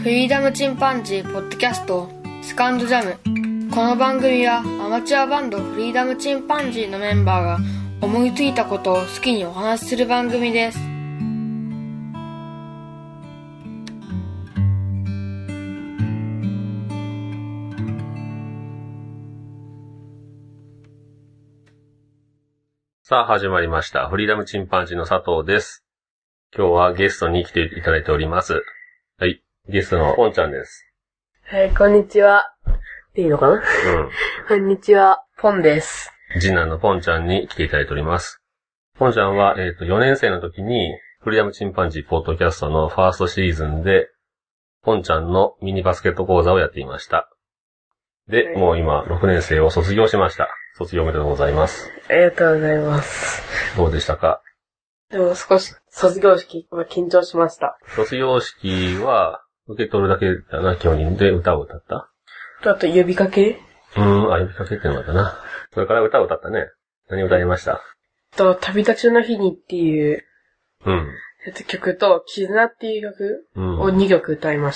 フリーダムチンパンジーポッドキャストセカンドジャム。この番組はアマチュアバンドフリーダムチンパンジーのメンバーが思いついたことを好きにお話しする番組です。 さあ始まりました。フリーダムチンパンジーの佐藤です。今日はゲストに来ていただいております。はい。ゲストのポンちゃんです。 はい、こんにちは。いいのかな？うん。こんにちは、ポンです。 次男のポンちゃんに来ていただいております。ポンちゃんは、4年生の時に、フリーダムチンパンジーポッドキャストのファーストシーズンで、ポンちゃんのミニバスケット講座をやっていました。で、はい、もう今、6年生を卒業しました。卒業おめでとうございます。 ありがとうございます。 どうでしたか？ でも少し、卒業式は緊張しました。 卒業式は、受け取るだけだな、基本人で歌を歌った？ あと、呼びかけ？ 呼びかけってのがあったな。それから歌を歌ったね。何歌いました？ 旅立ちの日にっていう、曲と、絆っていう曲を2曲歌いました。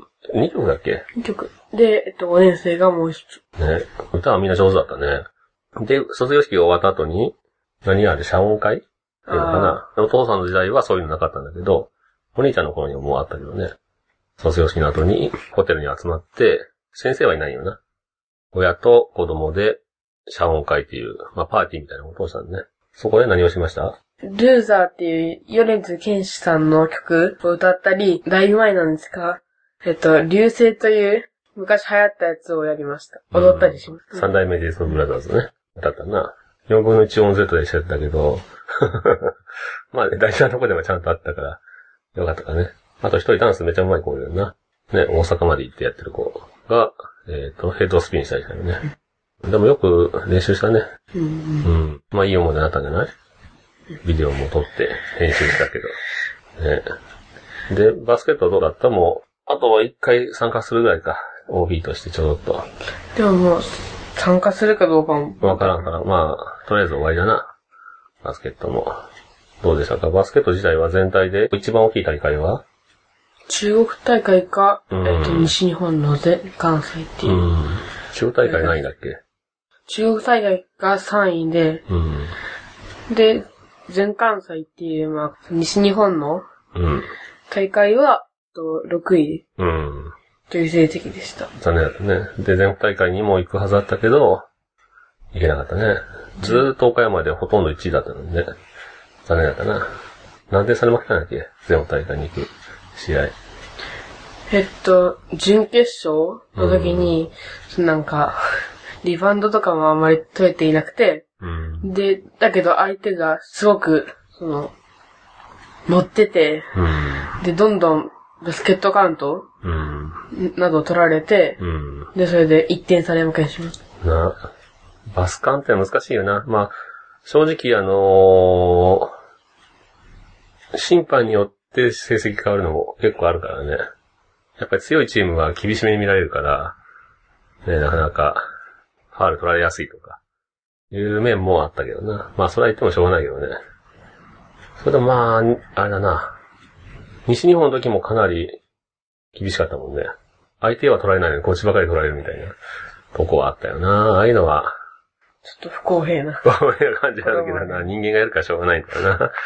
2曲だっけ？ 2 曲。で、5年生がもう1つ。 ね、歌はみんな上手だったね。で、卒業式が終わった後に、何あれ、謝恩会っていうのかな。お父さんの時代はそういうのなかったんだけど、お兄ちゃんの頃にはもうあったけどね。卒業式の後にホテルに集まって、先生はいないよな。親と子供で謝恩会っていう、パーティーみたいなことをしたんでね。そこで何をしました？ ルーザーっていう米津玄師さんの曲を歌ったり、だいぶ前なんですが、流星という昔流行ったやつをやりました。踊ったりしました。 三代目ディスコブラザーズね。歌ったな。4分の1音 Z でしちゃったけど、大事なとこでもちゃんとあったから、よかったかね。あと一人ダンスめちゃうまい子いるよな。ね、大阪まで行ってやってる子が、ヘッドスピンしたりしたよね。でもよく練習したね。いい思い出になったんじゃない？ビデオも撮って編集したけど。ね。で、バスケットどうだった？もう、あとは一回参加するぐらいか。OB としてちょっと。 でももう、参加するかどうかも。 わからんから、とりあえず終わりだな。バスケットも。どうでしたか？バスケット自体は全体で一番大きい大会は？ 中国大会か、西日本の関西っていう。 中国大会何位だっけ？ 中国大会が3位で、で、全関西っていう、西日本の大会は、6位という成績でした。 残念だったね。で、全国大会にも行くはずだったけど、行けなかったね。ずーっと岡山でほとんど1位だったのにね。残念だったな。なんでそれ負けたんだっけ？全国大会に行く試合。 準決勝の時に、リバウンドとかもあんまり取れていなくて、で、だけど相手がすごく、乗ってて、で、どんどんバスケットカウント、などを取られて、で、それで1点差で負けしました。 バスカンって難しいよな。正直審判によって成績変わるのも結構あるからね。やっぱり強いチームは厳しめに見られるから、ね、なかなか、ファウル取られやすいとか、いう面もあったけどな。それは言ってもしょうがないけどね。それでもあれだな。西日本の時もかなり厳しかったもんね。相手は取られないのにこっちばかり取られるみたいなとこはあったよな。ああいうのは、 ちょっと不公平な。 不公平な感じなんだけどな。人間がやるからしょうがないんだよな。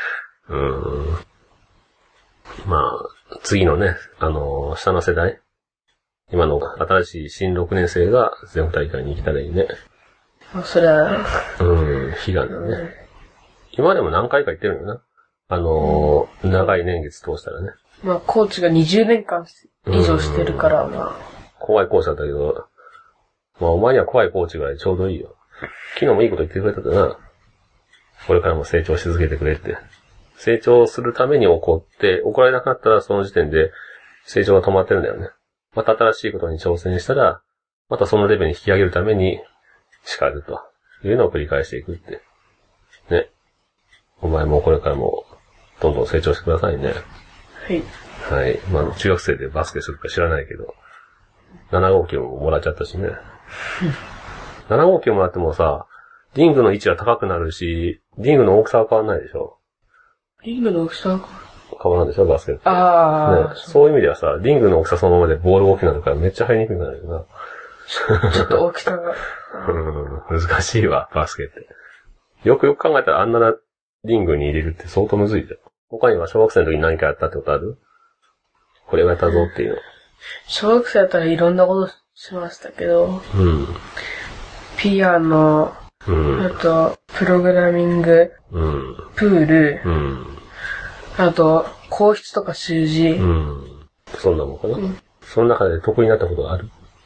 次のね、下の世代、今の新しい新6年生が全国大会に行けたらいいね。 それは、 悲願だね。今でも何回か行ってるよな。長い年月通したらね。 コーチが20年間以上してるから、 怖いコーチだったけど、お前には怖いコーチぐらいちょうどいいよ。昨日もいいこと言ってくれたからな。これからも成長し続けてくれって。成長するために怒られなくなったらその時点で成長が止まってるんだよね。また新しいことに挑戦したら、またそのレベルに引き上げるために叱るというのを繰り返していくって。ね。お前もこれからもどんどん成長してくださいね。 はい。 はい。中学生でバスケするか知らないけど、7号機をもらっちゃったしね。7号機をもらってもさ、リングの位置は高くなるし、リングの大きさは変わんないでしょ。 リングの大きさは変わらんでしょ、バスケって。 ああ、 ね。そういう意味ではさ、リングの大きさそのままでボール大きくなるからめっちゃ入りにくくなるよな。ちょっと大きさが。 難しいわ、バスケって。よく考えたらあんなリングに入れるって相当むずいじゃん。他には小学生の時に何かやったってことある？これをやったぞっていうの。 小学生だったらいろんなことしましたけど、ピアノ、あと、プログラミング、プール、あと、硬筆とか習字。 そんなもんかな。その中で得意になったことがある？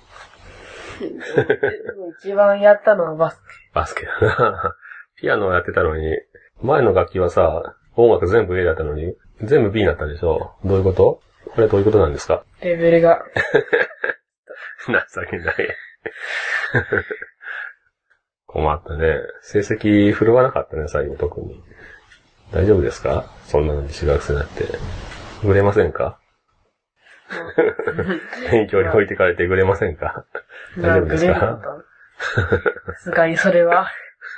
一番やったのはバスケ。 バスケだな。ピアノをやってたのに、前の楽器はさ、音楽全部 A だったのに、全部 B になったでしょ？どういうこと？これはどういうことなんですか？ レベルが。 情けない。困ったね。成績振るわなかったね、最後特に。大丈夫ですか？そんなのに中学生になって。ぐれませんか？勉強に置いてかれてぐれませんか？大丈夫ですか？ さすがにそれは。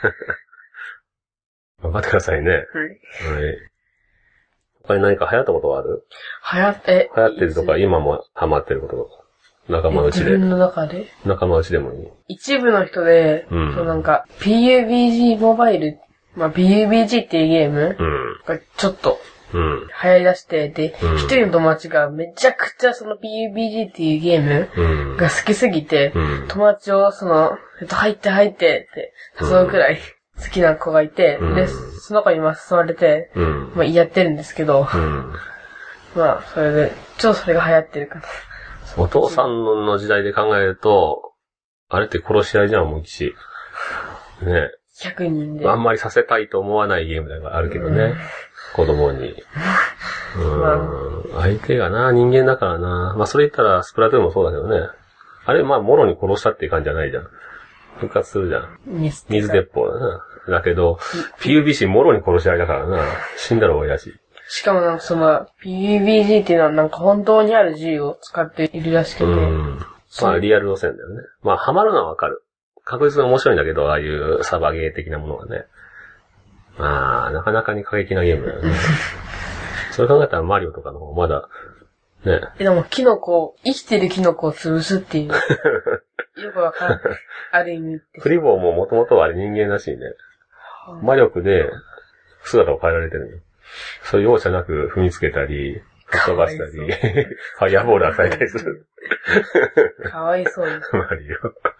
頑張ってくださいね。はい。他に何か流行ったことはある？流行ってるとか、今もハマってることとか。仲間内で。自分の中で仲間内でもいい。 一部の人で、そうなんか、PUBG モバイル、PUBG っていうゲームがちょっと、流行り出して、で、一人の友達がめちゃくちゃその PUBG っていうゲームが好きすぎて、友達を入ってって誘うくらい好きな子がいて、で、その子に誘われて、やってるんですけど、それで、ちょっとそれが流行ってるかな。 お父さんの時代で考えると、あれって殺し合いじゃん、思いっきし。ね。 100人で。 あんまりさせたいと思わないゲームがあるけどね。子供に。相手がな、人間だからな。それ言ったらスプラトゥーンもそうだけどね。あれ、もろに殺したっていう感じじゃないじゃん。復活するじゃん。水鉄砲だな。だけど、PUBC もろに殺し合いだからな。死んだら終わりだし。 しかもPUBG っていうのは本当にある銃を使っているらしくて。 リアル路線だよね。ハマるのはわかる。確実に面白いんだけど、ああいうサバゲー的なものがね。なかなかに過激なゲームだよね。それ考えたらマリオとかの方まだ、ね。 でも生きてるキノコを潰すっていう。よくわかんない。ある意味って。 クリボーももともとはあれ人間らしいね。魔力で姿を変えられてるの。そういう容赦なく踏みつけたり、吹っ飛ばしたり、ファイアボール与えたりする。 かわいそうに。 マリ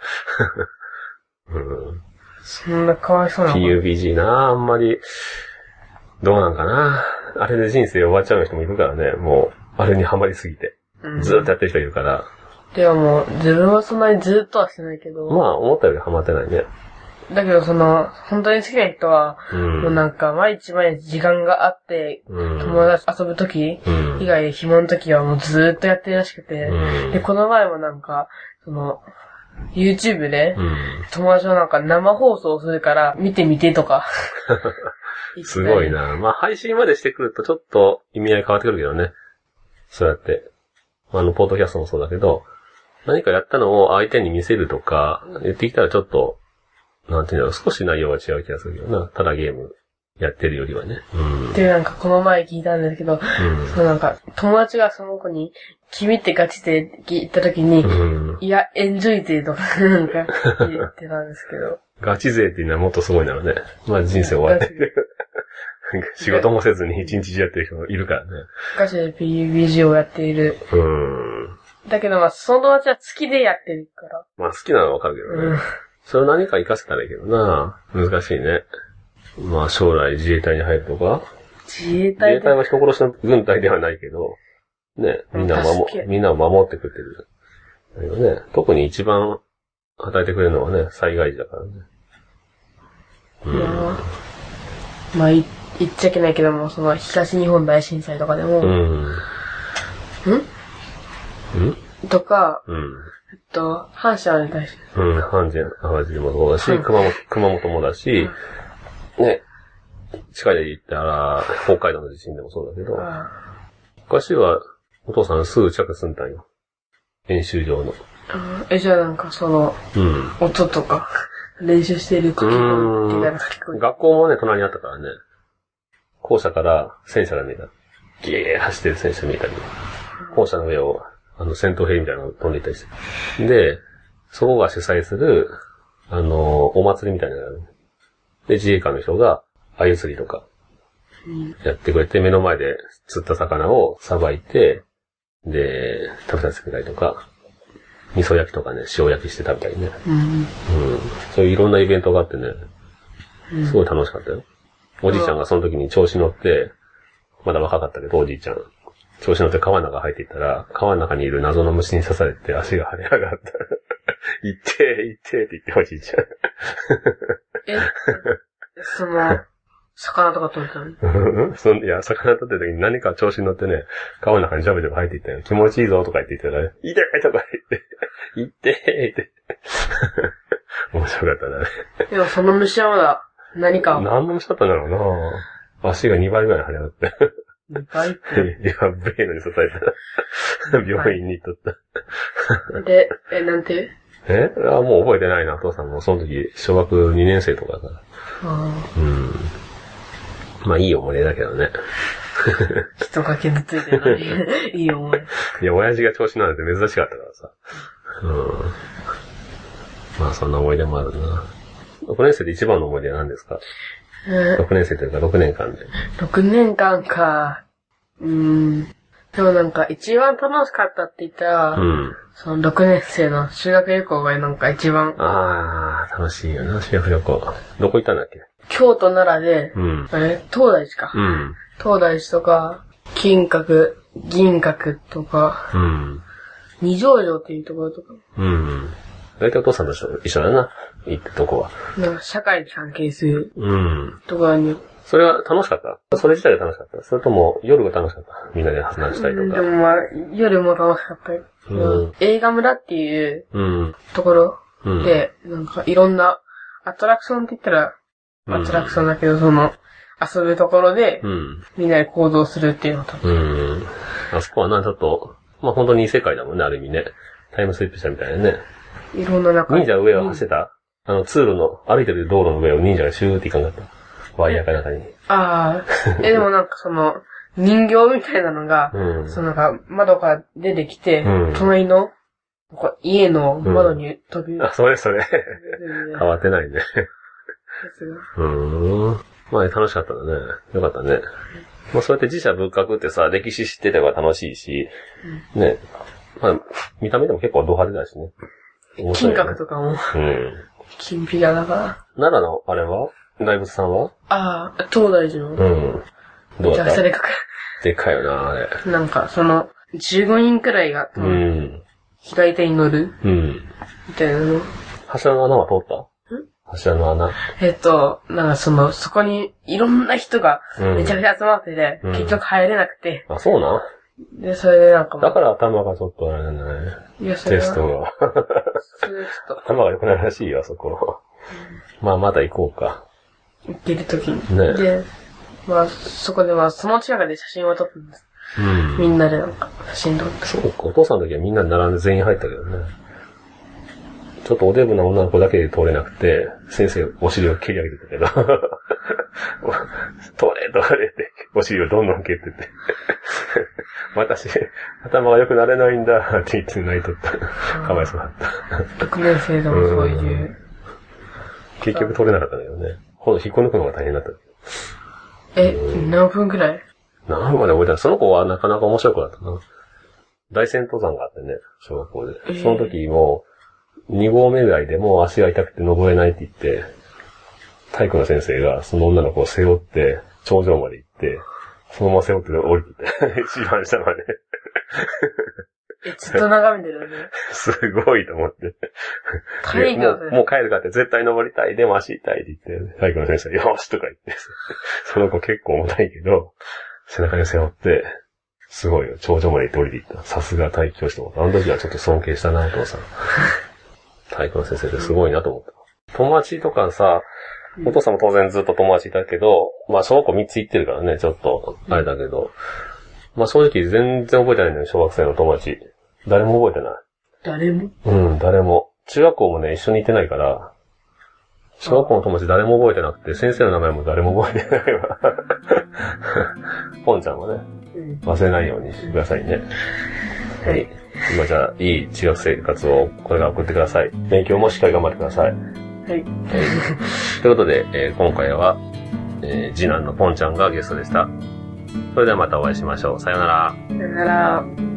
オ。 そんなかわいそうなの PUBG な、あんまり、どうなんかな。あれで人生終わっちゃう人もいるからね、もう、あれにハマりすぎて。ずーっとやってる人いるから。 でももう、自分はそんなにずっとはしてないけど。 思ったよりハマってないね。 だけど本当に好きな人は、もう毎日時間があって、友達遊ぶとき、以外暇のときはもうずーっとやってるらしくて、で、この前もYouTube で、友達の生放送するから見てみてとか。 すごいな。配信までしてくるとちょっと意味合い変わってくるけどね。そうやって。ポッドキャストもそうだけど、何かやったのを相手に見せるとか、言ってきたらちょっと、少し内容が違う気がするけどな。ただゲームやってるよりはね。 で、この前聞いたんですけど、友達がその子に、君ってガチで言った時に、いや、エンジョイ勢とか、言ってたんですけど。 ガチ勢っていうのはもっとすごいなのね。人生終わってる。仕事もせずに一日中やってる人もいるからね。 ガチで PUBG をやっている。だけどその友達は好きでやってるから。 好きなのはわかるけどね。それを何か活かせたらいいけどな。難しいね。将来自衛隊に入るとか。 自衛隊は人殺しの軍隊ではないけど、ね、みんなを守ってくれてる。だけどね、特に一番与えてくれるのはね、災害時だからね。言っちゃいけないけども、東日本大震災とかでも、とか、阪神淡路大震災。 阪神淡路もそうだし、熊本もだし、ね、近いで言ったら、北海道の地震でもそうだけど、昔は、お父さんすぐ近く住んだんよ。演習場の。 じゃあ音とか、練習してる時の、 学校もね、隣にあったからね。校舎から戦車が見えた。 ギー走ってる選手見えたり、校舎の上を、戦闘兵みたいなのが飛んでいったりして。で、そこが主催する、お祭りみたいなのがある。で、自衛官の人が、鮎釣りとか、やってくれて、目の前で釣った魚をさばいて、で、食べさせてくれたりとか、味噌焼きとかね、塩焼きして食べたりね。そういういろんなイベントがあってね、すごい楽しかったよ。おじいちゃんがその時に調子乗って、まだ若かったけど、おじいちゃん。調子乗って川の中入っていったら、川の中にいる謎の虫に刺されて足が腫れ上がった。行ってって言っておじいちゃん。 魚とか取れたの？ いや、魚取ってる時に何か調子に乗ってね、川の中にジャブジャブ入っていったよ。気持ちいいぞとか言って言ったら、痛いとか言って、って。面白かったね。 でもその虫はまだ何の虫だったんだろうな。足が2倍ぐらい腫れ上がって。 2倍って。 やっべえのに刺された。病院に行っとった。 で、なんて？ もう覚えてないな、お父さんも。その時、小学2年生とかだから。まあいい思い出だけどね。 人が傷ついてない。いい思い出。 いや、親父が調子なんて珍しかったからさ。まあそんな思い出もあるな。6年生で一番の思い出は何ですか？6年生というか6年間で。 6年間か。でもなんか一番楽しかったって言ったら、その6年生の修学旅行がなんか一番。 楽しいよな、修学旅行。どこ行ったんだっけ？ 京都奈良で、東大寺か。東大寺とか、金閣、銀閣とか、二条城っていうところとか。 大体お父さんと一緒だな、行ったとこは。 なんか社会に関係するところに。 それは楽しかった？それ自体が楽しかった？それとも夜が楽しかった？みんなで話したりとか。 でもまあ、夜も楽しかったよ。映画村っていうところで、なんかいろんなアトラクションって言ったら、アトラクションだけど、遊ぶところで、みんなで行動するっていうのと。 あそこはな、ちょっと、まあ本当に異世界だもんね、ある意味ね。タイムスリップしたみたいなね。 いろんな中忍者上を走ってた？通路の、歩いてる道路の上を忍者がシューって行かなかった。ワイヤーか中に。 でもなんか人形みたいなのが、なんか窓から出てきて、隣の、家の窓に飛び、 それ。変わってないね。まあ楽しかったんだね。よかったね。まあそうやって自社仏閣ってさ、歴史知ってては楽しいし、ね。まあ、見た目でも結構ド派手だしね。 金閣とかも、金ピカだから。 奈良の、あれは大仏さんは？ 東大寺の。 どうだった？でかいよな、あれ。 なんか、15人くらいが、左手に乗るみたいなの。 柱の穴は通った？柱の穴。 なんかそこにいろんな人がめちゃくちゃ集まってて、結局入れなくて。 そうなん？ で、それでなんかだから頭がちょっとあれなんだね。テストが。 それちょっと。 頭が良くなるらしいよ、あそこ。まあ、まだ行こうか。 行ってる時に。ね。で、まあ、そこでその近くで写真を撮ったんです。みんなでなんか、写真撮って。 そうか、お父さんの時はみんなで並んで全員入ったけどね。ちょっとおデブな女の子だけで通れなくて、先生お尻を蹴り上げてたけど。通れって、お尻をどんどん蹴ってて。私、頭が良くなれないんだって言って泣いとった。かわいそうだった。 6年生でもそういう。 結局通れなかったんだよね。今度引っこ抜くのが大変だった。 何分くらい？ 何分まで覚えてない。その子はなかなか面白くなったな。大山登山があってね、小学校で。その時も、2合目ぐらいでもう足が痛くて登れないって言って、体育の先生がその女の子を背負って、頂上まで行って、そのまま背負って降りていって、一番下まで。 ずっと眺めてるよね。 すごいと思って。もう帰るかって絶対登りたい。でも足痛いって言って、体育の先生がよーしとか言って、その子結構重たいけど、背中に背負って、すごいよ。頂上まで行って降りていった。さすが体育教師と思った。あの時はちょっと尊敬したな、お父さん。体育の先生ってすごいなと思った。友達とかさ、お父さんも当然ずっと友達いたけど、まあ小学校3つ行ってるからね、ちょっと、あれだけど、まあ正直全然覚えてないんだよ、小学生の友達。誰も覚えてない。 誰も？ 誰も。中学校もね、一緒に行ってないから、小学校の友達誰も覚えてなくて、先生の名前も誰も覚えてないわ。ポンちゃんはね、 忘れないようにしてくださいね。 はい。 今じゃあ、いい中学生活をこれから送ってください。勉強もしっかり頑張ってください。はい。 ということで、今回は、次男のポンちゃんがゲストでした。それではまたお会いしましょう。さよなら。 さよなら。